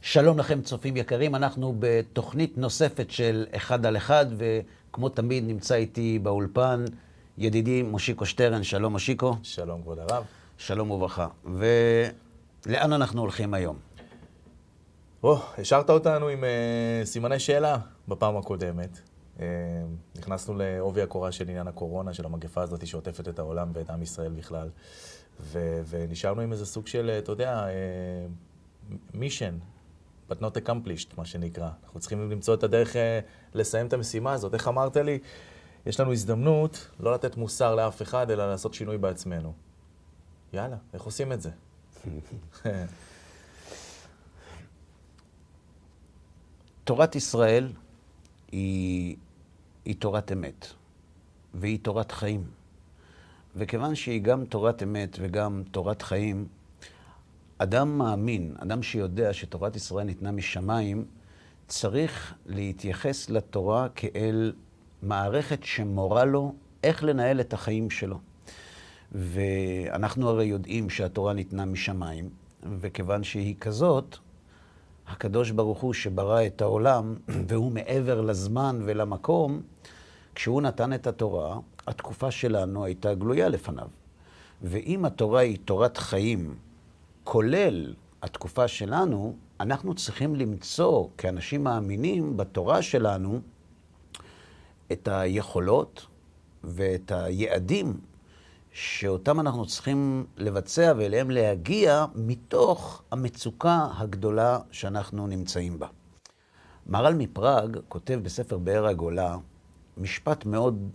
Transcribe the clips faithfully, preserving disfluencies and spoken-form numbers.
שלום לכם צופים יקרים, אנחנו בתוכנית נוספת של אחד על אחד, וכמו תמיד נמצא איתי באולפן ידידי מושיקו שטרן. שלום מושיקו. שלום כבוד הרב. שלום וברכה. ולאן אנחנו הולכים היום? או, השארת אותנו עם uh, סימני שאלה בפעם הקודמת. Uh, נכנסנו לעובי הקורה של עניין הקורונה, של המגפה הזאת שעוטפת את העולם ואת עם ישראל בכלל. ו- ונשארנו עם איזה סוג של, אתה יודע, מישן. but not accomplished, מה שנקרא. אנחנו צריכים למצוא את הדרך אה, לסיים את המשימה הזאת. איך אמרת לי? יש לנו הזדמנות לא לתת מוסר לאף אחד, אלא לעשות שינוי בעצמנו. יאללה, איך עושים את זה? תורת ישראל היא, היא תורת אמת, והיא תורת חיים. וכיוון שהיא גם תורת אמת וגם תורת חיים, אדם מאמין, אדם שיודע שתורת ישראל ניתנה משמיים, צריך להתייחס לתורה כאל מערכת שמורה לו איך לנהל את החיים שלו. ואנחנו הרי יודעים שהתורה ניתנה משמיים, וכיוון שהיא כזאת, הקדוש ברוך הוא שברא את העולם, והוא מעבר לזמן ולמקום, כשהוא נתן את התורה, התקופה שלנו הייתה גלויה לפניו. ואם התורה היא תורת חיים, כולל התקופה שלנו, אנחנו צריכים למצוא כאנשים מאמינים בתורה שלנו את היכולות ואת היעדים שאותם אנחנו צריכים לבצע ואליהם להגיע מתוך המצוקה הגדולה שאנחנו נמצאים בה. מהר"ל מפראג כותב בספר באר הגולה משפט מאוד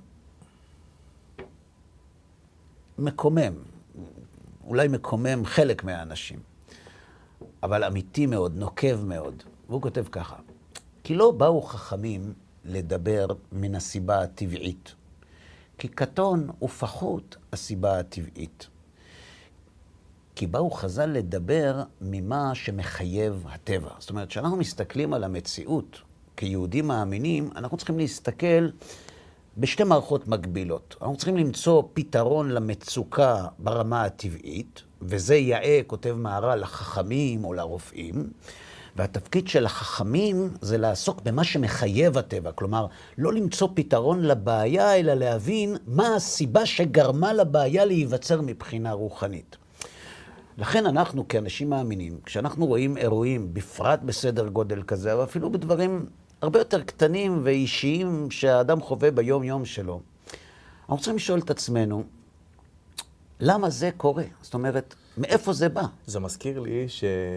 מקומם, אולי מקומם חלק מהאנשים, אבל אמיתי מאוד, נוקב מאוד. והוא כותב ככה: כי לא באו חכמים לדבר מן הסיבה הטבעית, כי קטון ופחות הסיבה הטבעית. כי באו חז"ל לדבר ממה שמחייב הטבע. זאת אומרת, כשאנחנו מסתכלים על המציאות כיהודים מאמינים, אנחנו צריכים להסתכל בשתי מערכות מקבילות. אנחנו צריכים למצוא פתרון למצוקה ברמה הטבעית, וזה יאה, כותב מהר"ל, לחכמים או לרופאים, והתפקיד של החכמים זה לעסוק במה שמחייב הטבע. כלומר, לא למצוא פתרון לבעיה, אלא להבין מה הסיבה שגרמה לבעיה להיווצר מבחינה רוחנית. לכן אנחנו כאנשים מאמינים, כשאנחנו רואים אירועים, בפרט בסדר גודל כזה, אבל אפילו בדברים הרבה יותר קטנים ואישיים שהאדם חווה ביום יום שלו, אנחנו צריכים לשאול את עצמנו, למה זה קורה? זאת אומרת, מאיפה זה בא? זה מזכיר לי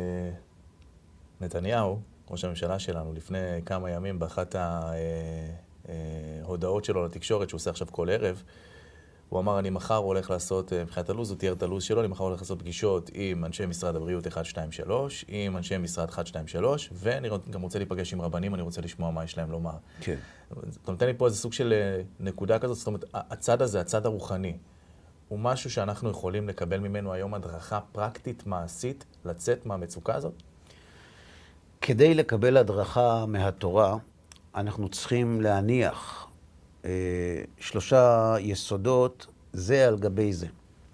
שנתניהו, ראש הממשלה שלנו, לפני כמה ימים באחת ההודעות שלו לתקשורת, שהוא עושה עכשיו כל ערב, הוא אמר, אני מחר הולך לעשות, מבחינת הלו"ז, הוא תיאר את הלו"ז שלו, אני מחר הולך לעשות פגישות עם אנשי משרד הבריאות אחת, שתיים, שלוש, עם אנשי משרד אחת, שתיים, שלוש, ואני גם רוצה להיפגש עם רבנים, אני רוצה לשמוע מה יש להם לומר. כן. אתה נותן לי פה איזה סוג של נקודה כזאת, זאת אומרת, הצד הזה, הצד הרוחני, הוא משהו שאנחנו יכולים לקבל ממנו היום הדרכה פרקטית, מעשית, לצאת מהמצוקה הזאת? כדי לקבל הדרכה מהתורה, אנחנו צריכים להניח אה, שלושה יסודות, זה על גבי זה.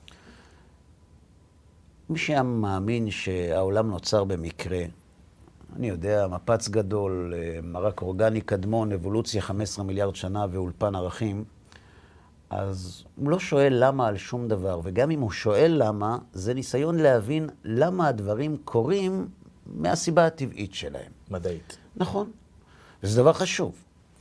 מי שמאמין שהעולם נוצר במקרה, אני יודע, מפץ גדול, מרק אורגני קדמון, אבולוציה חמישה עשר מיליארד שנה ואולפן ערכים, אז הוא לא שואל למה על שום דבר, וגם אם הוא שואל למה, זה ניסיון להבין למה הדברים קורים מהסיבה הטבעית שלהם. מדעית. נכון, וזה דבר חשוב.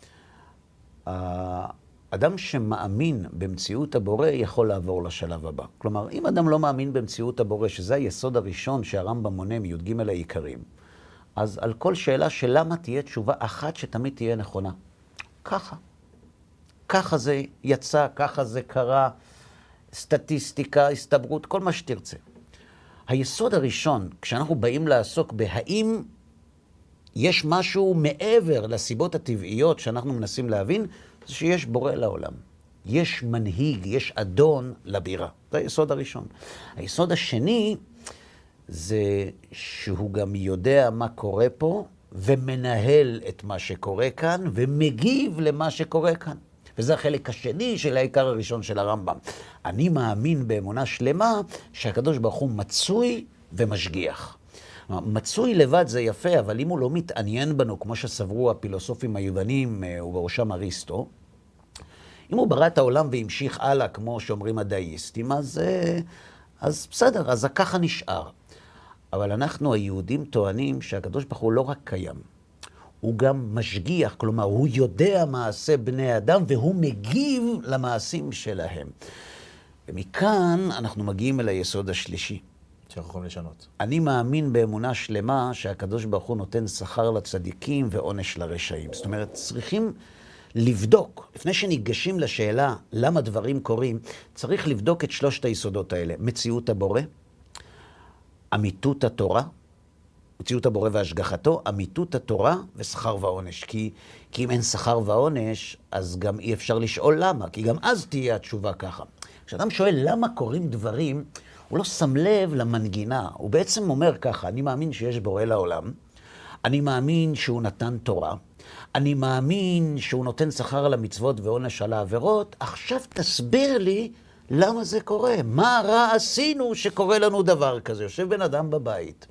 האדם שמאמין במציאות הבורא יכול לעבור לשלב הבא. כלומר, אם אדם לא מאמין במציאות הבורא, שזה היסוד הראשון שהרמב"ם מונה מי"ג העיקרים, אז על כל שאלה של למה תהיה תשובה אחת שתמיד תהיה נכונה. ככה. ככה זה יצא, ככה זה קרה, סטטיסטיקה, הסתברות, כל מה שתרצה. היסוד הראשון, כשאנחנו באים לעסוק בהאם יש משהו מעבר לסיבות הטבעיות שאנחנו מנסים להבין, זה שיש בורא לעולם. יש מנהיג, יש אדון לבירה. זה היסוד הראשון. היסוד השני זה שהוא גם יודע מה קורה פה, ומנהל את מה שקורה כאן, ומגיב למה שקורה כאן. וזה החלק השני של העיקר הראשון של הרמב"ם. אני מאמין באמונה שלמה שהקדוש ברוך הוא מצוי ומשגיח. מצוי לבד זה יפה, אבל אם הוא לא מתעניין בנו, כמו שסברו הפילוסופים היוונים, ובראשם אריסטו, אם הוא ברא את העולם והמשיך הלאה, כמו שאומרים הדאיסטים, אז, אז בסדר, אז ככה נשאר. אבל אנחנו היהודים טוענים שהקדוש ברוך הוא לא רק קיים, הוא גם משגיח, כלומר, הוא יודע מעשה בני אדם, והוא מגיב למעשים שלהם. ומכאן אנחנו מגיעים אל היסוד השלישי. שאנחנו יכולים לשנות. אני מאמין באמונה שלמה שהקדוש ברוך הוא נותן שכר לצדיקים ועונש לרשעים. זאת אומרת, צריכים לבדוק, לפני שניגשים לשאלה למה דברים קורים, צריך לבדוק את שלושת היסודות האלה. מציאות הבורא, אמיתות התורה, מציאות הבורא והשגחתו, אמיתות התורה ושכר ועונש. כי, כי אם אין שכר ועונש, אז גם אי אפשר לשאול למה, כי גם אז תהיה התשובה ככה. כשאדם שואל למה קורים דברים, הוא לא שם לב למנגינה. הוא בעצם אומר ככה, אני מאמין שיש בורא לעולם, אני מאמין שהוא נתן תורה, אני מאמין שהוא נותן שכר על המצוות ועונש על העבירות, עכשיו תסביר לי למה זה קורה. מה רע עשינו שקורה לנו דבר כזה? יושב בן אדם בבית,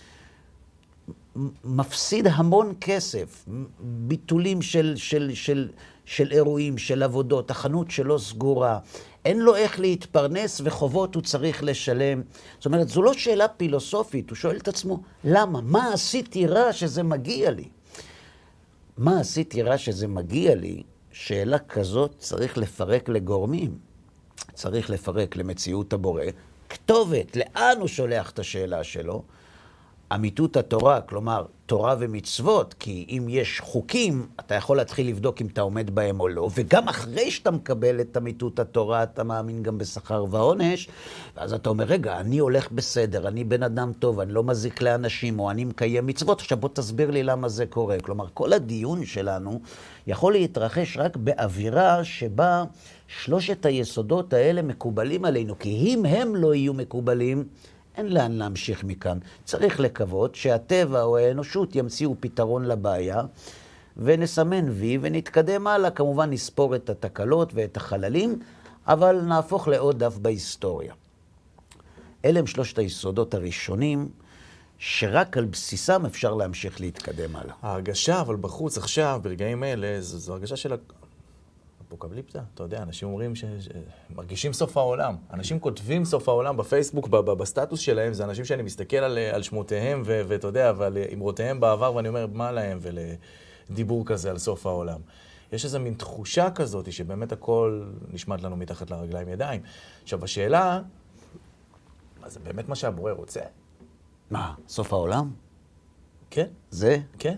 מפסיד המון כסף, ביטולים של, של, של, של אירועים, של עבודות, החנות שלו סגורה, אין לו איך להתפרנס וחובות הוא צריך לשלם. זאת אומרת, זו לא שאלה פילוסופית, הוא שואל את עצמו, למה? מה עשיתי רע שזה מגיע לי? מה עשיתי רע שזה מגיע לי? שאלה כזאת צריך לפרק לגורמים, צריך לפרק למציאות הבורא, כתובת, לאן הוא שולח את השאלה שלו? אמיתות התורה, כלומר, תורה ומצוות, כי אם יש חוקים, אתה יכול להתחיל לבדוק אם אתה עומד בהם או לא, וגם אחרי שאתה מקבל את אמיתות התורה, אתה מאמין גם בשכר ועונש, ואז אתה אומר, רגע, אני הולך בסדר, אני בן אדם טוב, אני לא מזיק לאנשים, או אני מקיים מצוות, עכשיו בוא תסביר לי למה זה קורה. כלומר, כל הדיון שלנו יכול להתרחש רק באווירה שבה שלושת היסודות האלה מקובלים עלינו, כי אם הם לא יהיו מקובלים, אין לאן להמשיך מכאן. צריך לקוות שהטבע או האנושות ימציאו פתרון לבעיה, ונסמן וי ונתקדם הלאה. כמובן נספור את התקלות ואת החללים, אבל נהפוך לעוד דף בהיסטוריה. אלה הם שלושת היסודות הראשונים, שרק על בסיסם אפשר להמשיך להתקדם הלאה. ההרגשה, אבל בחוץ עכשיו, ברגעים אלה, זו, זו הרגשה של אפוקליפסה. אתה יודע, אנשים אומרים שמרגישים סוף העולם. אנשים כותבים סוף העולם בפייסבוק, בסטטוס שלהם, זה אנשים שאני מסתכל על, על שמותיהם, ו- ואתה יודע, ועל אמרותיהם בעבר, ואני אומר, מה להם ולדיבור כזה על סוף העולם. יש איזו מין תחושה כזאת, שבאמת הכל נשמט לנו מתחת לרגליים ידיים. עכשיו, השאלה, מה זה באמת מה שהבורא רוצה? מה, סוף העולם? כן. זה? כן.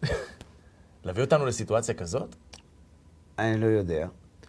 להביא אותנו לסיטואציה כזאת? אני לא יודע.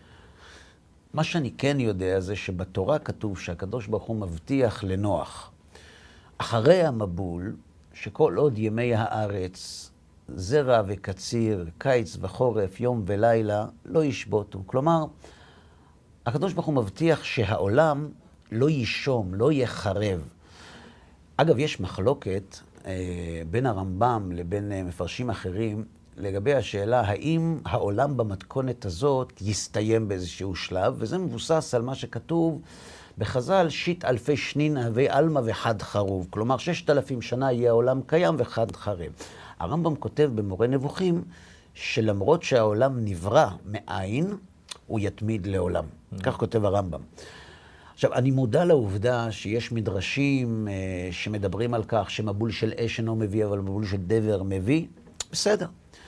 מה שאני כן יודע זה שבתורה כתוב שהקדוש ברוך הוא מבטיח לנוח, אחרי המבול, שכל עוד ימי הארץ, זרע וקציר, קיץ וחורף, יום ולילה, לא ישבותו. כלומר, הקדוש ברוך הוא מבטיח שהעולם לא יישום, לא יחרב. אגב, יש מחלוקת אה, בין הרמב"ם לבין אה, מפרשים אחרים, לגבי השאלה האם העולם במתכונת הזאת יסתיים באיזשהו שלב, וזה מבוסס על מה שכתוב בחז"ל, שית אלפי שנין הווי אלמה וחד חרוב. כלומר, ששת אלפים שנה יהיה העולם קיים וחד חרב. הרמב"ם כותב במורה נבוכים, שלמרות שהעולם נברא מאין, הוא יתמיד לעולם. Mm. כך כותב הרמב"ם. עכשיו, אני מודע לעובדה שיש מדרשים אה, שמדברים על כך שמבול של אש אינו מביא, אבל מבול של דבר מביא. בסדר.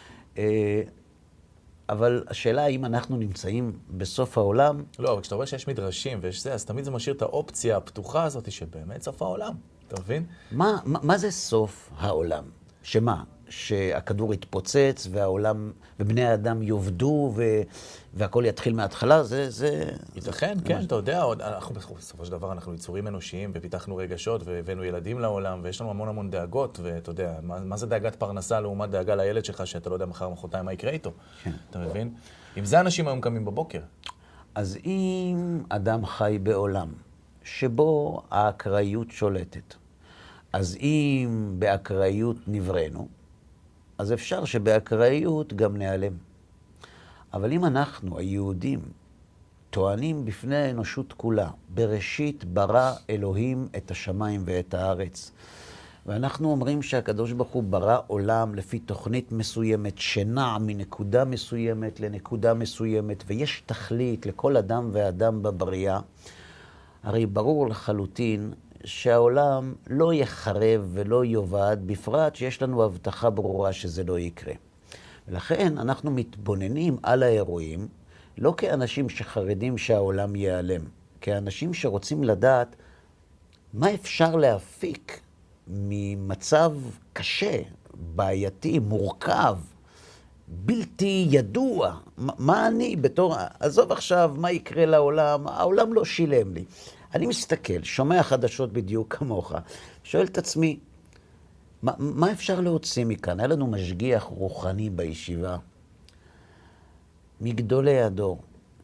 אבל השאלה האם אנחנו נמצאים בסוף העולם... לא, אבל כשאתה רואה שיש מדרשים ויש זה, אז תמיד זה משאיר את האופציה הפתוחה הזאת שבאמת סוף העולם. אתה מבין? מה, מה, מה זה סוף העולם? שמה? שהכדור יתפוצץ והעולם ובני האדם יובדו ו... והכל יתחיל מההתחלה? זה... זה... ייתכן, כן, אתה יודע, אנחנו בסופו של דבר אנחנו יצורים אנושיים ופיתחנו רגשות והבאנו ילדים לעולם ויש לנו המון המון דאגות, ואתה יודע, מה, מה זה דאגת פרנסה לעומת דאגה לילד שלך שאתה לא יודע מחר מחרתיים מה יקרה איתו? כן. אתה מבין? אם זה אנשים היום קמים בבוקר. אז אם אדם חי בעולם שבו האקראיות שולטת, אז אם באקראיות נבראנו, אז אפשר שבאקראיות גם נעלם. אבל אם אנחנו, היהודים, טוענים בפני האנושות כולה, בראשית ברא אלוהים את השמיים ואת הארץ, ואנחנו אומרים שהקדוש ברוך הוא ברא עולם לפי תוכנית מסוימת, שנע מנקודה מסוימת לנקודה מסוימת, ויש תכלית לכל אדם ואדם בבריאה. הרי ברור לחלוטין שהעולם לא יחרב ולא יובד, בפרט שיש לנו הבטחה ברורה שזה לא יקרה. ולכן אנחנו מתבוננים על האירועים, לא כאנשים שחרדים שהעולם ייעלם, כאנשים שרוצים לדעת מה אפשר להפיק ממצב קשה, בעייתי, מורכב, בלתי ידוע. מה אני בתור, עזוב עכשיו מה יקרה לעולם, העולם לא שילם לי. אני מסתכל, שומע חדשות בדיוק כמוך, שואל את עצמי, מה, מה אפשר להוציא מכאן? היה לנו משגיח רוחני בישיבה, מגדולי הדור,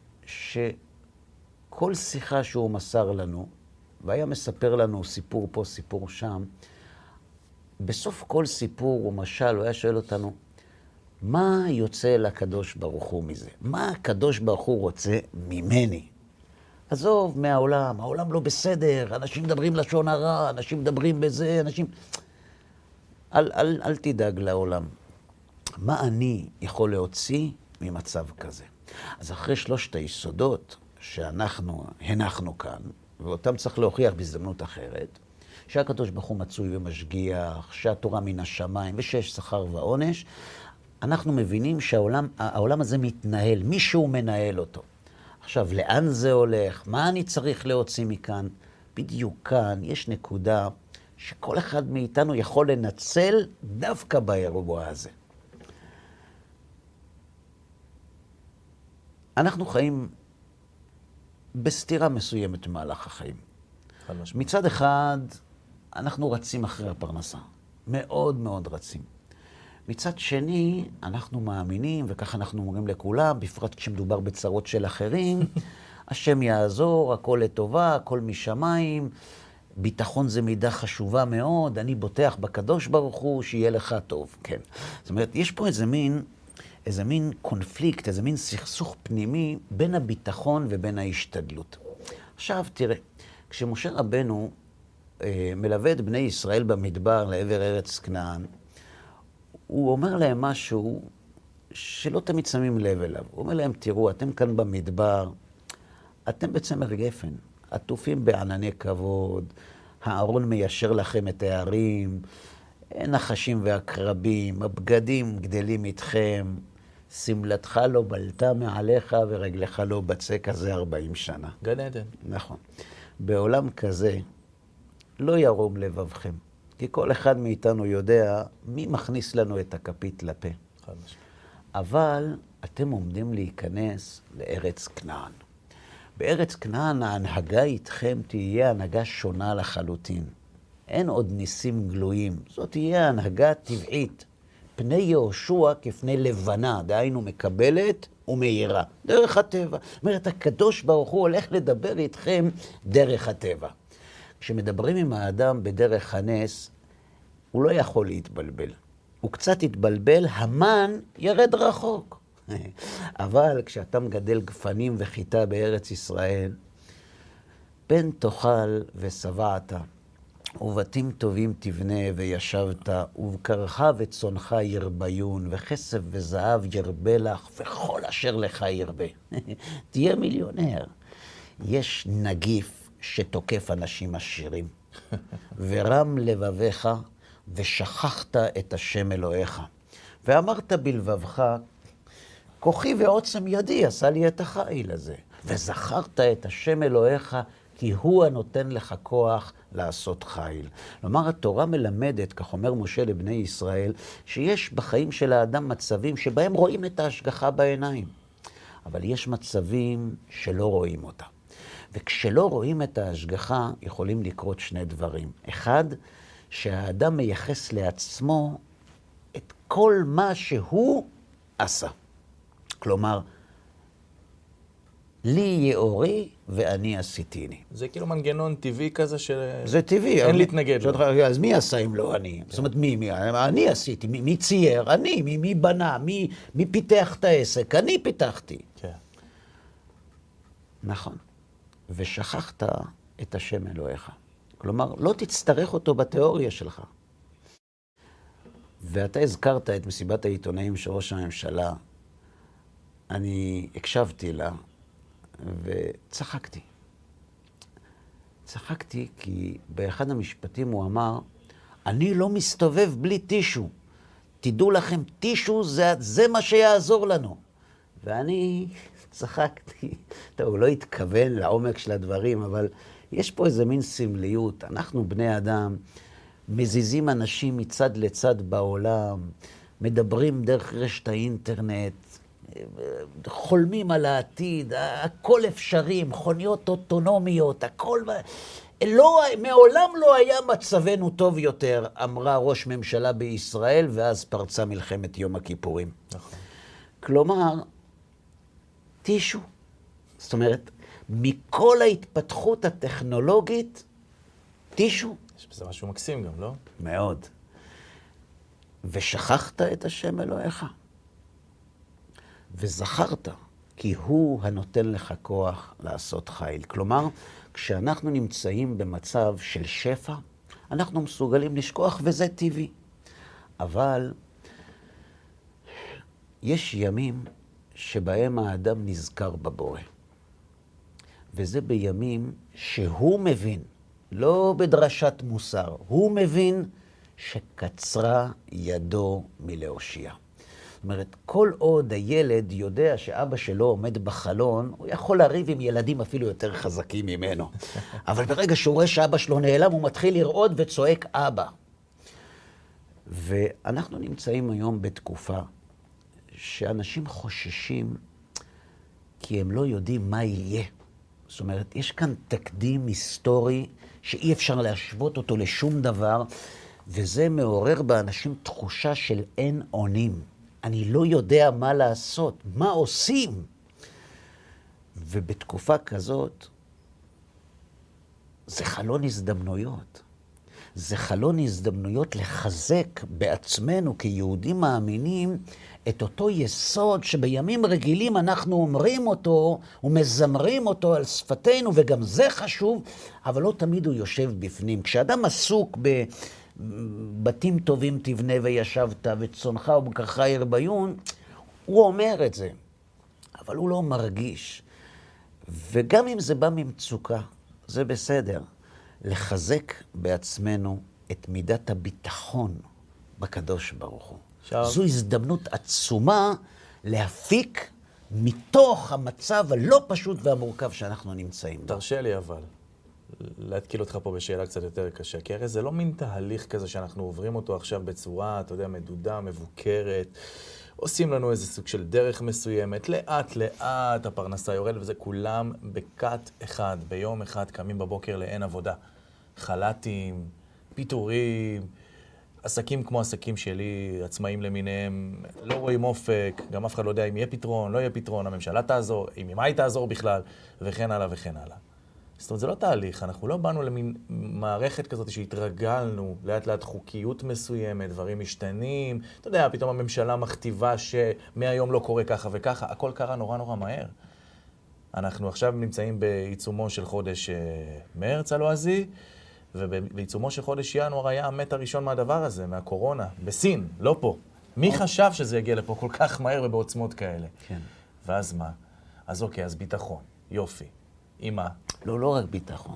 שכל שיחה שהוא מסר לנו, והיה מספר לנו סיפור פה, סיפור שם, בסוף כל סיפור או משל, הוא היה שואל אותנו, מה יוצא לקדוש ברוך הוא מזה? מה הקדוש ברוך הוא רוצה ממני? עזוב מהעולם, העולם לא בסדר, אנשים מדברים לשון הרע, אנשים מדברים בזה, אנשים... אל, אל, אל תדאג לעולם. מה אני יכול להוציא ממצב כזה? אז אחרי שלושת היסודות שאנחנו הנחנו כאן, ואותם צריך להוכיח בהזדמנות אחרת, שהקדוש ברוך הוא מצוי ומשגיח, שהתורה מן השמיים ושיש שכר ועונש, אנחנו מבינים שהעולם העולם הזה מתנהל, מישהו מנהל אותו. עכשיו, לאן זה הולך? מה אני צריך להוציא מכאן? בדיוק כאן יש נקודה שכל אחד מאיתנו יכול לנצל דווקא באירוע הזה. אנחנו חיים בסתירה מסוימת במהלך החיים. מצד אחד, אנחנו רצים אחרי הפרנסה. מאוד מאוד רצים. מצד שני, אנחנו מאמינים, וכך אנחנו אומרים לכולם, בפרט כשמדובר בצרות של אחרים, השם יעזור, הכל לטובה, הכל משמיים, ביטחון זה מידה חשובה מאוד, אני בוטח בקדוש ברוך הוא, שיהיה לך טוב, כן. זאת אומרת, יש פה איזה מין, איזה מין קונפליקט, איזה מין סכסוך פנימי בין הביטחון ובין ההשתדלות. עכשיו, תראה, כשמשה רבנו אה, מלווה את בני ישראל במדבר לעבר ארץ כנען, הוא אומר להם משהו שלא תמיד שמים לב אליו. הוא אומר להם, תראו, אתם כאן במדבר, אתם בצמר גפן, עטופים בענני כבוד, הארון מיישר לכם את הערים, נחשים ועקרבים, הבגדים גדלים איתכם, סמלתך לא בלטה מעליך ורגלך לא בצק, כזה ארבעים שנה. גן עדן. נכון. בעולם כזה לא ירום לבבכם. כי כל אחד מאיתנו יודע מי מכניס לנו את הכפית לפה. אבל אתם עומדים להיכנס לארץ כנען. בארץ כנען ההנהגה איתכם תהיה הנהגה שונה לחלוטין. אין עוד ניסים גלויים. זאת תהיה הנהגה טבעית. פני יהושע כפני לבנה, דהיינו מקבלת ומאירה. דרך הטבע. זאת אומרת, הקדוש ברוך הוא הולך לדבר איתכם דרך הטבע. כשמדברים עם האדם בדרך הנס, הוא לא יכול להתבלבל. הוא קצת יתבלבל, המן ירד רחוק. אבל כשאתה מגדל גפנים וחיטה בארץ ישראל, פן תאכל ושבעת, ובתים טובים תבנה וישבת, ובקרך וצונך ירביון, וכסף וזהב ירבה לך, וכל אשר לך ירבה. תהיה מיליונר. יש נגיף שתוקף אנשים עשירים, ורם לבביך, ושכחת את השם אלוהיך. ואמרת בלבבך, כוחי ועוצם ידי עשה לי את החיל הזה. וזכרת את השם אלוהיך, כי הוא הנותן לך כוח לעשות חיל. כלומר, התורה מלמדת, כך אומר משה לבני ישראל, שיש בחיים של האדם מצבים שבהם רואים את ההשגחה בעיניים. אבל יש מצבים שלא רואים אותה. וכשלא רואים את ההשגחה, יכולים לקרות שני דברים. אחד, שהאדם מייחס לעצמו את כל מה שהוא עשה. כלומר, לי יאורי ואני עשיתיני. זה כאילו מנגנון טבעי כזה ש... זה טבעי. אין להתנגד לו. אז מי עשה אם לא אני? זאת אומרת, מי? מי? אני עשיתי. מי, מי צייר? אני. מי, מי בנה? מי, מי פיתח את העסק? אני פיתחתי. כן. נכון. ושכחת את השם אלוהיך. כלומר, לא תצטרך אותו בתיאוריה שלך. ואתה הזכרת את מסיבת העיתונאים של ראש הממשלה. אני הקשבתי לה וצחקתי. צחקתי כי באחד המשפטים הוא אמר, אני לא מסתובב בלי טישו. תדעו לכם, טישו זה, זה מה שיעזור לנו. ואני צחקתי. טוב, הוא לא התכוון לעומק של הדברים, אבל יש פה איזה מין סמליות. אנחנו בני אדם, מזיזים אנשים מצד לצד בעולם, מדברים דרך רשת האינטרנט, חולמים על העתיד, הכל אפשרי, מכוניות אוטונומיות, הכל... לא, מעולם לא היה מצבנו טוב יותר, אמרה ראש ממשלה בישראל, ואז פרצה מלחמת יום הכיפורים. נכון. כלומר, טישו. זאת אומרת, מכל ההתפתחות הטכנולוגית, טישו. יש בזה משהו מקסים גם, לא? מאוד. ושכחת את השם אלוהיך. וזכרת, כי הוא הנותן לך כוח לעשות חיל. כלומר, כשאנחנו נמצאים במצב של שפע, אנחנו מסוגלים לשכוח, וזה טבעי. אבל יש ימים שבהם האדם נזכר בבורא. וזה בימים שהוא מבין, לא בדרשת מוסר, הוא מבין שקצרה ידו מלהושיע. זאת אומרת, כל עוד הילד יודע שאבא שלו עומד בחלון, הוא יכול לריב עם ילדים אפילו יותר חזקים ממנו. אבל ברגע שהוא רואה שאבא שלו נעלם, הוא מתחיל לרעוד וצועק אבא. ואנחנו נמצאים היום בתקופה שאנשים חוששים כי הם לא יודעים מה יהיה. זאת אומרת, יש כאן תקדים היסטורי שאי אפשר להשוות אותו לשום דבר, וזה מעורר באנשים תחושה של אין אונים. אני לא יודע מה לעשות, מה עושים. ובתקופה כזאת, זה חלון הזדמנויות. זה חלון הזדמנויות לחזק בעצמנו כיהודים מאמינים את אותו יסוד שבימים רגילים אנחנו אומרים אותו ומזמרים אותו על שפתנו, וגם זה חשוב, אבל לא תמיד הוא יושב בפנים. כשאדם עסוק ב... בתים טובים תבנה וישבת, וצונך ובקרך ירביון, הוא אומר את זה, אבל הוא לא מרגיש. וגם אם זה בא ממצוקה, זה בסדר. לחזק בעצמנו את מידת הביטחון בקדוש ברוך הוא. שם. זו הזדמנות עצומה להפיק מתוך המצב הלא פשוט והמורכב שאנחנו נמצאים. תרשה לי אבל. להתקיל אותך פה בשאלה קצת יותר קשה, כי הרי זה לא מין תהליך כזה שאנחנו עוברים אותו עכשיו בצורה, אתה יודע, מדודה, מבוקרת, עושים לנו איזה סוג של דרך מסוימת, לאט לאט הפרנסה יורד, וזה כולם בקט אחד, ביום אחד קמים בבוקר לאין עבודה. חלטים, פיטורים, עסקים כמו עסקים שלי, עצמאים למיניהם, לא רואים אופק, גם אף אחד לא יודע אם יהיה פתרון, לא יהיה פתרון, הממשלה תעזור, אם מה היא תעזור בכלל, וכן הלאה וכן הלאה. זאת אומרת, זה לא תהליך, אנחנו לא באנו למין מערכת כזאת שהתרגלנו, לאט לאט חוקיות מסוימת, דברים משתנים, אתה יודע, פתאום הממשלה מכתיבה שמהיום לא קורה ככה וככה, הכל קרה נורא נורא מהר. אנחנו עכשיו נמצאים בעיצומו של חודש מרץ הלועזי, ובעיצומו של חודש ינואר היה המת הראשון מהדבר הזה, מהקורונה, בסין, לא פה. מי חשב שזה יגיע לפה כל כך מהר ובעוצמות כאלה? כן. ואז מה? אז אוקיי, אז ביטחון, יופי. עם מה? לא, לא רק ביטחון.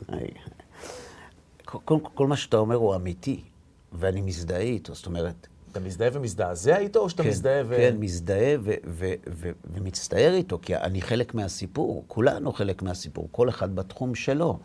כל, כל מה שאתה אומר הוא אמיתי, ואני מזדהה איתו, זאת אומרת... אתה מזדהה ומזדעזע איתו, או שאתה כן, מזדהה ו... כן, מזדהה ו- ו- ו- ומצטער איתו, כי אני חלק מהסיפור, כולנו חלק מהסיפור, כל אחד בתחום שלו.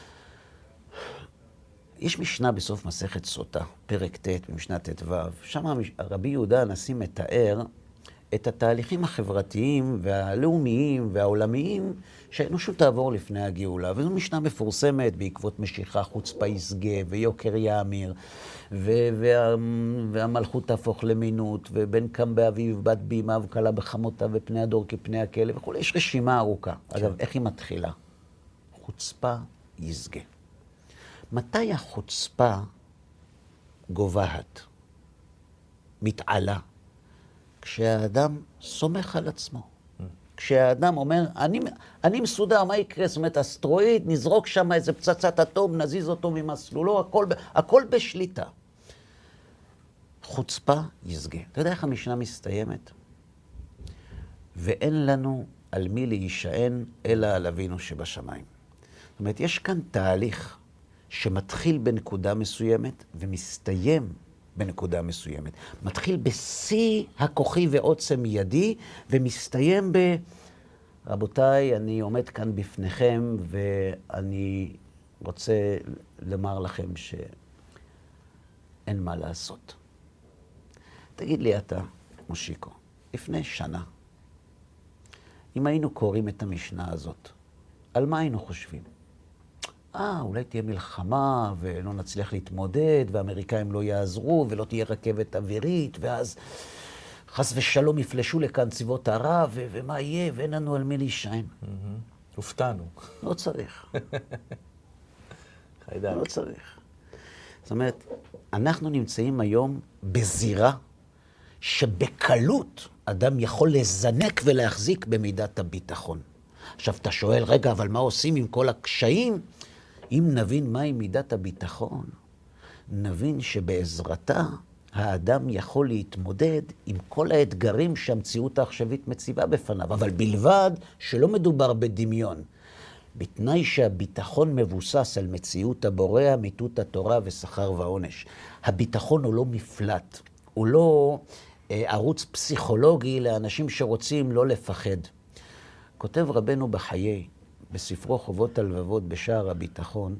יש משנה בסוף מסכת סוטה, פרק ט' במשנה ט' ו', שם רבי יהודה הנשיא מתאר את התהליכים החברתיים והלאומיים והעולמיים שהאנושות תעבור לפני הגאולה. וזו משנה מפורסמת בעקבות משיכה, חוצפה יסגה ויוקר יאמיר, וה, והמלכות תהפוך למינות, ובן קם באביו, בת באימה וכלה בחמותה, ופני הדור כפני הכלב וכו'. יש רשימה ארוכה. כן. אגב, איך היא מתחילה? חוצפה יסגה. מתי החוצפה גובהת? מתעלה. כשהאדם סומך על עצמו. Mm. כשהאדם אומר, אני, אני מסודר, מה יקרה? זאת אומרת, אסטרואיד, נזרוק שם איזה פצצת אטום, נזיז אותו ממסלולו, הכל, הכל בשליטה. חוצפה יסגה. אתה יודע איך המשנה מסתיימת? ואין לנו על מי להישען אלא על אבינו שבשמיים. זאת אומרת, יש כאן תהליך שמתחיל בנקודה מסוימת ומסתיים בנקודה מסוימת. מתחיל בשיא הכוחי ועוצם ידי ומסתיים ב... רבותיי, אני עומד כאן בפניכם ואני רוצה לומר לכם שאין מה לעשות. תגיד לי אתה, מושיקו, לפני שנה, אם היינו קוראים את המשנה הזאת, על מה היינו חושבים? אה, אולי תהיה מלחמה ולא נצליח להתמודד, והאמריקאים לא יעזרו ולא תהיה רכבת אווירית, ואז חס ושלום יפלשו לכאן צבאות ערב, ו- ומה יהיה, ואין לנו על מי להישען. הופתענו. לא צריך. חיידק. לא צריך. זאת אומרת, אנחנו נמצאים היום בזירה שבקלות אדם יכול לזנק ולהחזיק במידת הביטחון. עכשיו אתה שואל, רגע, אבל מה עושים עם כל הקשיים? אם נבין מהי מידת הביטחון, נבין שבעזרתה האדם יכול להתמודד עם כל האתגרים שהמציאות העכשווית מציבה בפניו, אבל בלבד שלא מדובר בדמיון. בתנאי שהביטחון מבוסס על מציאות הבורא, אמיתות התורה ושכר ועונש. הביטחון הוא לא מפלט, הוא לא אה, ערוץ פסיכולוגי לאנשים שרוצים לא לפחד. כותב רבנו בחיי, בספרו חובות הלבבות בשער הביטחון,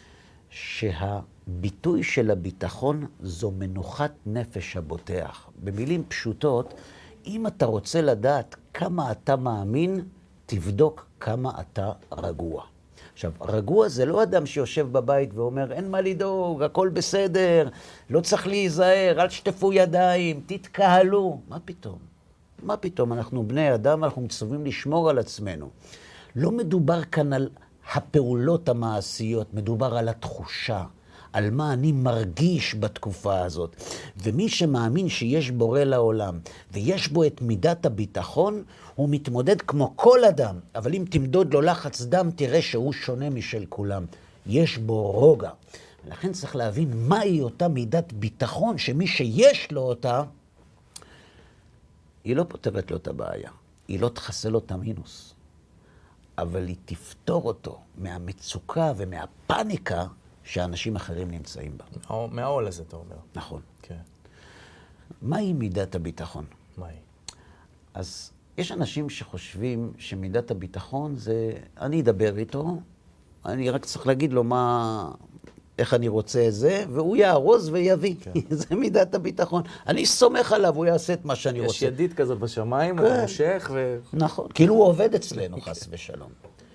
שהביטוי של הביטחון זו מנוחת נפש הבוטח. במילים פשוטות, אם אתה רוצה לדעת כמה אתה מאמין, תבדוק כמה אתה רגוע. עכשיו, רגוע זה לא אדם שיושב בבית ואומר, אין מה לדאוג, הכל בסדר, לא צריך להיזהר, אל תשטפו ידיים, תתקהלו. מה פתאום? מה פתאום? אנחנו בני אדם, אנחנו מצווים לשמור על עצמנו. לא מדובר כאן על הפעולות המעשיות, מדובר על התחושה, על מה אני מרגיש בתקופה הזאת. ומי שמאמין שיש בורא לעולם, ויש בו את מידת הביטחון, הוא מתמודד כמו כל אדם. אבל אם תמדוד לו לחץ דם, תראה שהוא שונה משל כולם. יש בו רוגע. ולכן צריך להבין מהי אותה מידת ביטחון, שמי שיש לו אותה, היא לא פותרת לו את הבעיה. היא לא תחסל לו את המינוס. אבל היא תפתור אותו מהמצוקה ומהפניקה שאנשים אחרים נמצאים בה. מהעול הזה, אתה אומר. נכון. כן. מהי מידת הביטחון? מהי? אז יש אנשים שחושבים שמידת הביטחון זה, אני אדבר איתו, אני רק צריך להגיד לו מה, איך אני רוצה את זה, והוא יארוז ויביא. כן. זה מידת הביטחון. אני סומך עליו, הוא יעשה את מה שאני יש רוצה. יש ידית כזאת בשמיים, כן. הוא מושך ו... נכון, כאילו הוא עובד אצלנו, חס ושלום.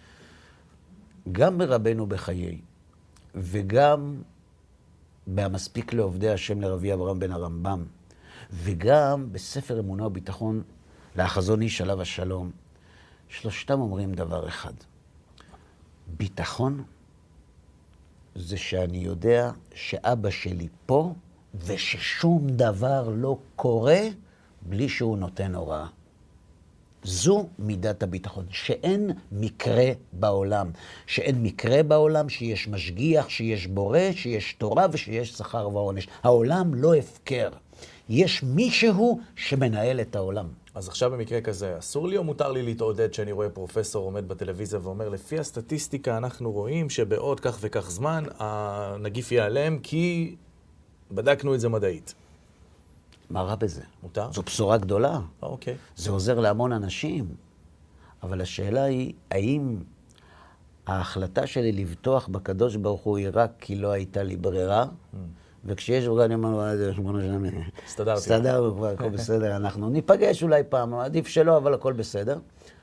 גם ברבנו בחיי, וגם במספיק לעובדי השם לרבי אברהם בן הרמב"ם, וגם בספר אמונה וביטחון לאחזון איש עליו השלום, שלושתם אומרים דבר אחד. ביטחון זה שאני יודע שאבא שלי פה, וששום דבר לא קורה בלי שהוא נותן הוראה. זו מידת הביטחון, שאין מקרה בעולם. שאין מקרה בעולם, שיש משגיח, שיש בורא, שיש תורה ושיש שכר ועונש. העולם לא הפקר. יש מישהו שמנהל את העולם. אז עכשיו במקרה כזה, אסור לי או מותר לי להתעודד שאני רואה פרופסור עומד בטלוויזיה ואומר, לפי הסטטיסטיקה אנחנו רואים שבעוד כך וכך זמן הנגיף ייעלם כי בדקנו את זה מדעית. מה רע בזה? מותר? זו בשורה גדולה. אוקיי. זה עוזר להמון אנשים. אבל השאלה היא, האם ההחלטה שלי לבטוח בקדוש ברוך הוא היא רק כי לא הייתה לי ברירה? Mm. וכשיש ברירה אני אומר לו, שמונה שנים, הסתדרתי. הסתדרנו כבר, הכל בסדר, אנחנו ניפגש אולי פעם, עדיף שלא, אבל הכל בסדר.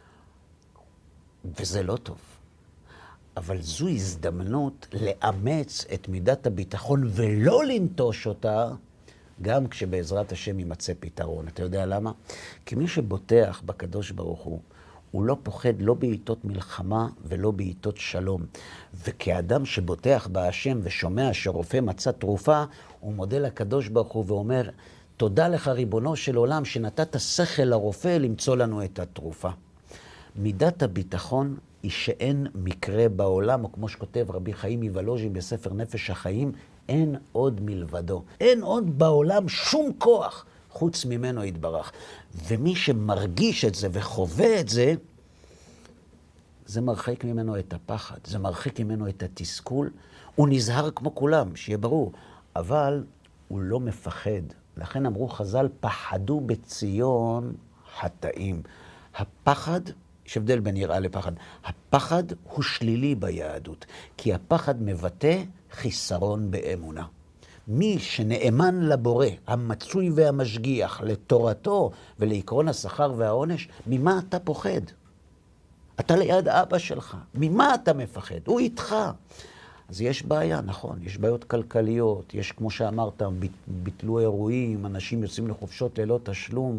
וזה לא טוב. אבל זו הזדמנות לאמץ את מידת הביטחון ולא לנטוש אותה, גם כשבעזרת השם יימצא פתרון. אתה יודע למה? כי מי שבוטח בקדוש ברוך הוא, הוא לא פוחד לא בעיתות מלחמה ולא בעיתות שלום. וכאדם שבוטח בהשם ושומע שרופא מצא תרופה, הוא מודה לקדוש ברוך הוא ואומר, תודה לך ריבונו של עולם שנתת שכל לרופא למצוא לנו את התרופה. מידת הביטחון היא שאין מקרה בעולם, או כמו שכותב רבי חיים מוולוז'ין בספר נפש החיים, אין עוד מלבדו. אין עוד בעולם שום כוח חוץ ממנו יתברך. ומי שמרגיש את זה וחווה את זה, זה מרחיק ממנו את הפחד, זה מרחיק ממנו את התסכול. הוא נזהר כמו כולם, שיהיה ברור, אבל הוא לא מפחד. לכן אמרו חז"ל, פחדו בציון חטאים. הפחד, יש הבדל בין יראה לפחד, הפחד הוא שלילי ביהדות, כי הפחד מבטא חיסרון באמונה. מי שנאמן לבורא, המצוי והמשגיח, לתורתו ולעקרון השכר והעונש, ממה אתה פוחד? אתה ליד אבא שלך, ממה אתה מפחד? הוא איתך. אז יש בעיה, נכון, יש בעיות כלכליות, יש, כמו שאמרת, ביטלו אירועים, אנשים יוצאים לחופשות ללא תשלום.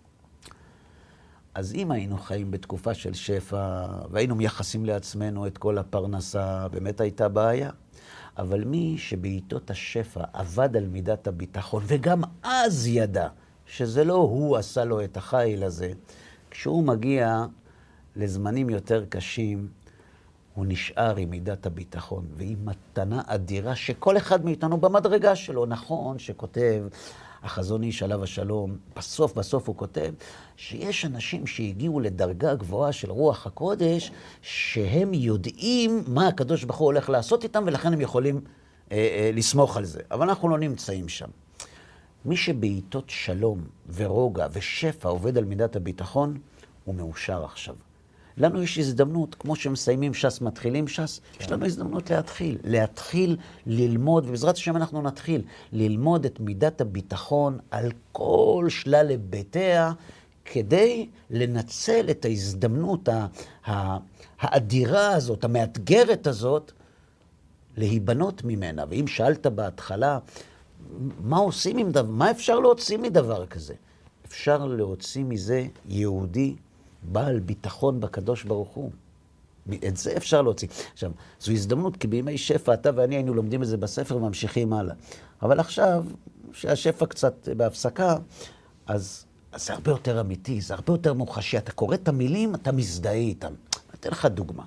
אז אם היינו חיים בתקופה של שפע, והיינו מייחסים לעצמנו את כל הפרנסה, באמת הייתה בעיה. אבל מי שבעיתות השפע עבד על מידת הביטחון, וגם אז ידע שזה לא הוא עשה לו את החיל הזה, כשהוא מגיע לזמנים יותר קשים, הוא נשאר עם מידת הביטחון, ועם מתנה אדירה שכל אחד מאיתנו במדרגה שלו, נכון, שכותב, החזון איש עליו השלום, בסוף בסוף הוא כותב, שיש אנשים שהגיעו לדרגה גבוהה של רוח הקודש, שהם יודעים מה הקדוש ברוך הוא הולך לעשות איתם, ולכן הם יכולים אה, אה, לסמוך על זה. אבל אנחנו לא נמצאים שם. מי שבעיתות שלום ורוגע ושפע עובד על מידת הביטחון, הוא מאושר עכשיו. לנו יש הזדמנות, כמו שמסיימים ש"ס, מתחילים ש"ס, כן. יש לנו הזדמנות להתחיל, להתחיל ללמוד, ובעזרת השם אנחנו נתחיל, ללמוד את מידת הביטחון על כל שלל היבטיה, כדי לנצל את ההזדמנות האדירה הזאת, המאתגרת הזאת, להיבנות ממנה. ואם שאלת בהתחלה, מה עושים עם דבר, מה אפשר להוציא מדבר כזה? אפשר להוציא מזה יהודי, בעל ביטחון בקדוש ברוך הוא. את זה אפשר להוציא. עכשיו, זו הזדמנות, כי בימי שפע, אתה ואני היינו לומדים את זה בספר וממשיכים הלאה. אבל עכשיו, שהשפע קצת בהפסקה, אז, אז זה הרבה יותר אמיתי, זה הרבה יותר מוחשי. אתה קורא את המילים, אתה מזדהה איתם. אני אתן לך דוגמה.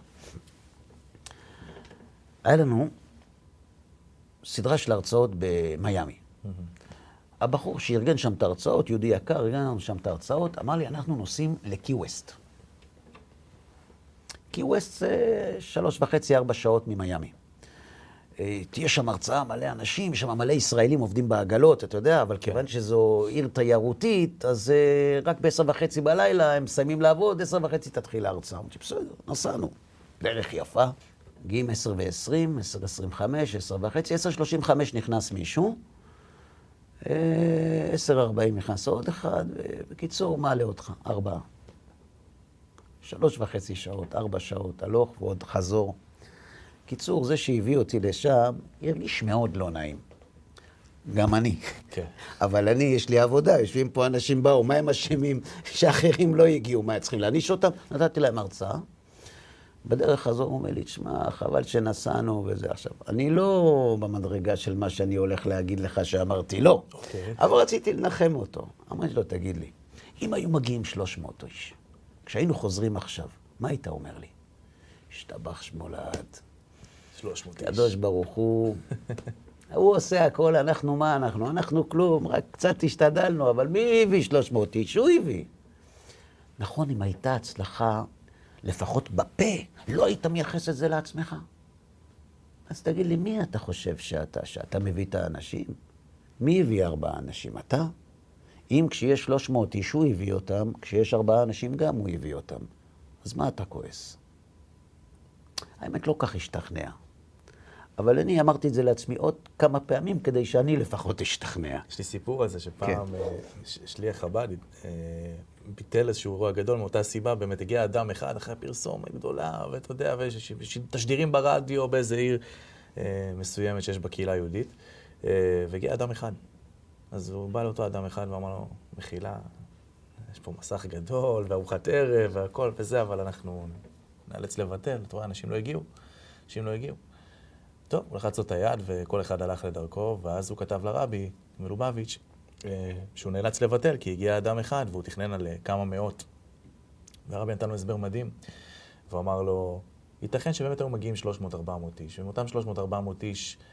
היה לנו סדרה של הרצאות במיימי. הבחור שארגן שם את ההרצאות, יהודי יקר, ארגן לנו שם את ההרצאות, אמר לי, אנחנו נוסעים לקי ווסט. קי ווסט זה שלוש וחצי, ארבע שעות ממיימי. תהיה שם הרצאה מלא אנשים, שם מלא ישראלים עובדים בעגלות, אתה יודע, אבל כן. כיוון שזו עיר תיירותית, אז רק בעשר וחצי בלילה הם מסיימים לעבוד, עשר וחצי תתחיל ההרצאה. אמרתי, בסדר, נסענו. דרך יפה. מגיעים עשר ועשרים, עשר עשרים וחמש, עשר וחצי, עשר שלושים וחמש נכנס מישהו. עשר ארבעים נכנס עוד אחד, ובקיצור, מעלה אותך, ארבעה. שלוש וחצי שעות, ארבע שעות, הלוך ועוד חזור. קיצור, זה שהביא אותי לשם, הרגיש מאוד לא נעים. גם אני. כן. אבל אני, יש לי עבודה, יושבים פה אנשים באו, מה הם אשמים שאחרים לא הגיעו, מה, צריכים להניש אותם? נתתי להם הרצאה. בדרך חזור הוא אומר לי, תשמע, חבל שנסענו וזה עכשיו. אני לא במדרגה של מה שאני הולך להגיד לך שאמרתי לא, okay. אבל רציתי לנחם אותו. אמרתי לו, תגיד לי, אם היו מגיעים שלוש מאות איש, כשהיינו חוזרים עכשיו, מה היית אומר לי? השתבח שמו לעד. שלוש מאות איש. קדוש ברוך הוא. הוא עושה הכל, אנחנו מה אנחנו? אנחנו כלום, רק קצת השתדלנו, אבל מי הביא שלוש מאות איש? הוא הביא. נכון, אם הייתה הצלחה, לפחות בפה, לא היית מייחס את זה לעצמך. אז תגיד לי, מי אתה חושב שאתה, שאתה מביא את האנשים? מי הביא ארבעה אנשים? אתה? אם כשיש שלוש מאות איש הוא הביא אותם, כשיש ארבעה אנשים גם הוא הביא אותם. אז מה אתה כועס? האמת לא כך השתכנע. אבל אני אמרתי את זה לעצמי עוד כמה פעמים, כדי שאני לפחות אשתכנע. יש לי סיפור על זה שפעם שליח חב"ד ביטל איזשהו אירוע גדול, מאותה סיבה, באמת הגיע אדם אחד אחרי פרסומת גדולה, ואתה יודע, ויש תשדירים ברדיו באיזה עיר מסוימת שיש בקהילה היהודית, והגיע אדם אחד. אז הוא בא לאותו אדם אחד ואמר לו, מחילה, יש פה מסך גדול, וארוחת ערב, והכל וזה, אבל אנחנו נאלץ לבטל, אתה רואה, אנשים לא הגיעו, אנשים לא הגיעו. טוב, הוא לחץ לו את היד, וכל אחד הלך לדרכו, ואז הוא כתב לרבי, מלובביץ', שהוא נאלץ לבטל, כי הגיע אדם אחד, והוא תכנן על כמה מאות. והרבי נתן לו הסבר מדהים, והוא אמר לו, ייתכן שבאמת היו מגיעים שלוש מאות ארבע מאות איש, ומאותם שלוש מאות ארבע מאות איש,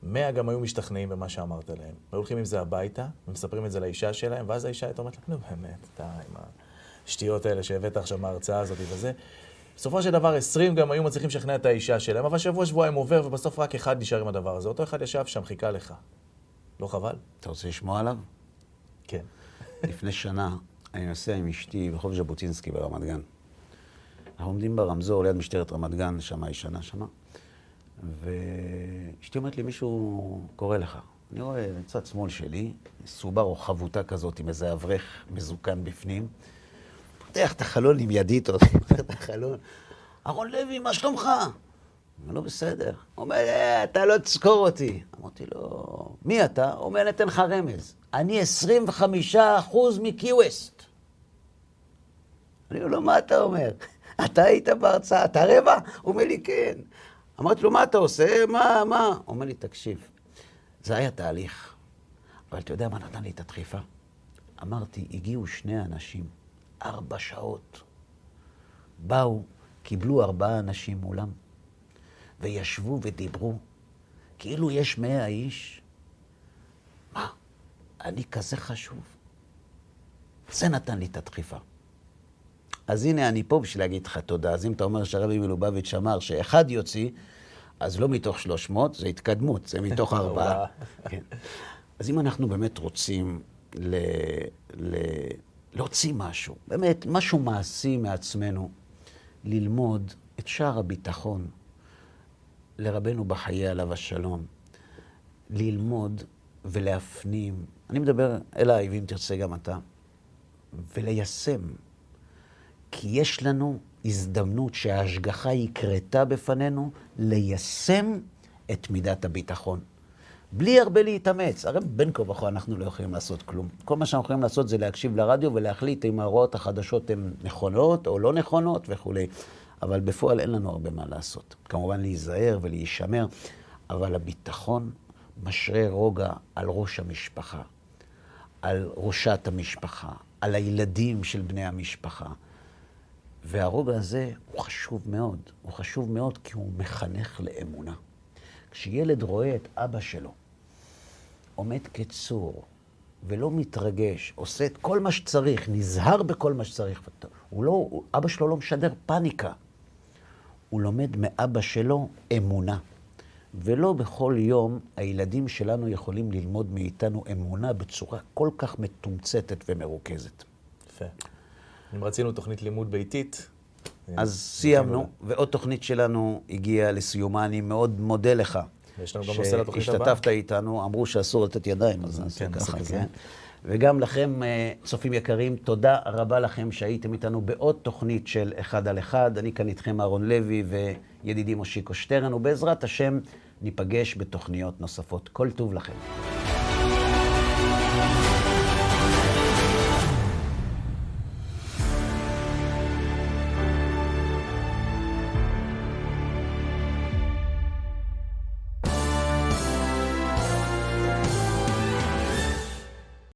מאה גם היו משתכנעים במה שאמרת להם. היו הולכים עם זה הביתה, ומספרים את זה לאישה שלהם, ואז האישה הייתה אומרת לה, נו באמת, אתה עם השטויות האלה שהבאת עכשיו מההרצאה הזאת וזה. בסופו של דבר, עשרים גם היו מצליחים לשכנע את האישה שלהם, אבל שבוע שבועיים עובר, ובסוף רק אחד נשאר עם הדבר הזה. אותו אחד ישב שם, חיכה לך. לא חבל? אתה רוצה לשמוע עליו? כן. לפני שנה, אני נוסע עם אשתי ברחוב ז'בוטינסקי ברמת גן. אנחנו עומדים ברמזור ליד משטרת רמת גן, שמה ישנה שמה, ואשתי אומרת לי, מישהו קורא לך. אני רואה בצד שמאל שלי, סובארו חבוטה כזאת עם איזה אברך מזוקן בפנים. פותח את החלון עם ידית, פותח את החלון. אהרון לוי, מה שלומך? אני לא בסדר. הוא אומר, אתה לא תזכור אותי. אמרתי לו, מי אתה? הוא אומר, נתן לך רמז. אני עשרים וחמישה אחוז מקיווסט. אני אומר לו, מה אתה אומר? אתה היית בהרצאה, אתה רבע? הוא אומר לי, כן. אמרתי לו, מה אתה עושה? מה, מה? הוא אומר לי, תקשיב, זה היה תהליך. אבל אתה יודע מה נתן לי את הדחיפה? אמרתי, הגיעו שני אנשים, ארבע שעות. באו, קיבלו ארבעה אנשים מולם, וישבו ודיברו, כאילו יש מאה איש. מה? אני כזה חשוב. זה נתן לי את הדחיפה. אז הנה אני פה בשביל להגיד לך תודה. אז אם אתה אומר שהרבי מלובביץ' אמר שאחד יוציא, אז לא מתוך שלוש מאות, זה התקדמות, זה מתוך ארבעה. כן. אז אם אנחנו באמת רוצים ל... ל... להוציא משהו, באמת משהו מעשי מעצמנו, ללמוד את שער הביטחון לרבנו בחיי עליו השלום, ללמוד ולהפנים, אני מדבר אליי ואם תרצה גם אתה, וליישם. כי יש לנו הזדמנות שההשגחה היא קרתה בפנינו ליישם את מידת הביטחון. בלי הרבה להתאמץ. הרי בין כה וכה אנחנו לא יכולים לעשות כלום. כל מה שאנחנו יכולים לעשות זה להקשיב לרדיו ולהחליט אם ההוראות החדשות הן נכונות או לא נכונות וכו'. אבל בפועל אין לנו הרבה מה לעשות. כמובן להיזהר ולהישמר, אבל הביטחון משרה רוגע על ראש המשפחה, על ראשת המשפחה, על הילדים של בני המשפחה. והרוגע הזה הוא חשוב מאוד. הוא חשוב מאוד כי הוא מחנך לאמונה. כשילד רואה את אבא שלו עומד כצור ולא מתרגש, עושה את כל מה שצריך, נזהר בכל מה שצריך, הוא לא, אבא שלו לא משדר פאניקה. הוא לומד מאבא שלו אמונה. ולא בכל יום הילדים שלנו יכולים ללמוד מאיתנו אמונה בצורה כל כך מתומצתת ומרוכזת. יפה. אם רצינו תוכנית לימוד ביתית... אז סיימנו, ועוד תוכנית שלנו הגיעה לסיומה. אני מאוד מודה לך. יש לנו גם נושא לתוכנית הבאה. שהשתתפת איתנו, אמרו שאסור לתת ידיים, אז נעשה ככה, כן. וגם לכם, צופים יקרים, תודה רבה לכם שהייתם איתנו בעוד תוכנית של אחד על אחד. אני כאן איתכם אהרון לוי וידידי מושיקו שטרן, ובעזרת השם ניפגש בתוכניות נוספות. כל טוב לכם.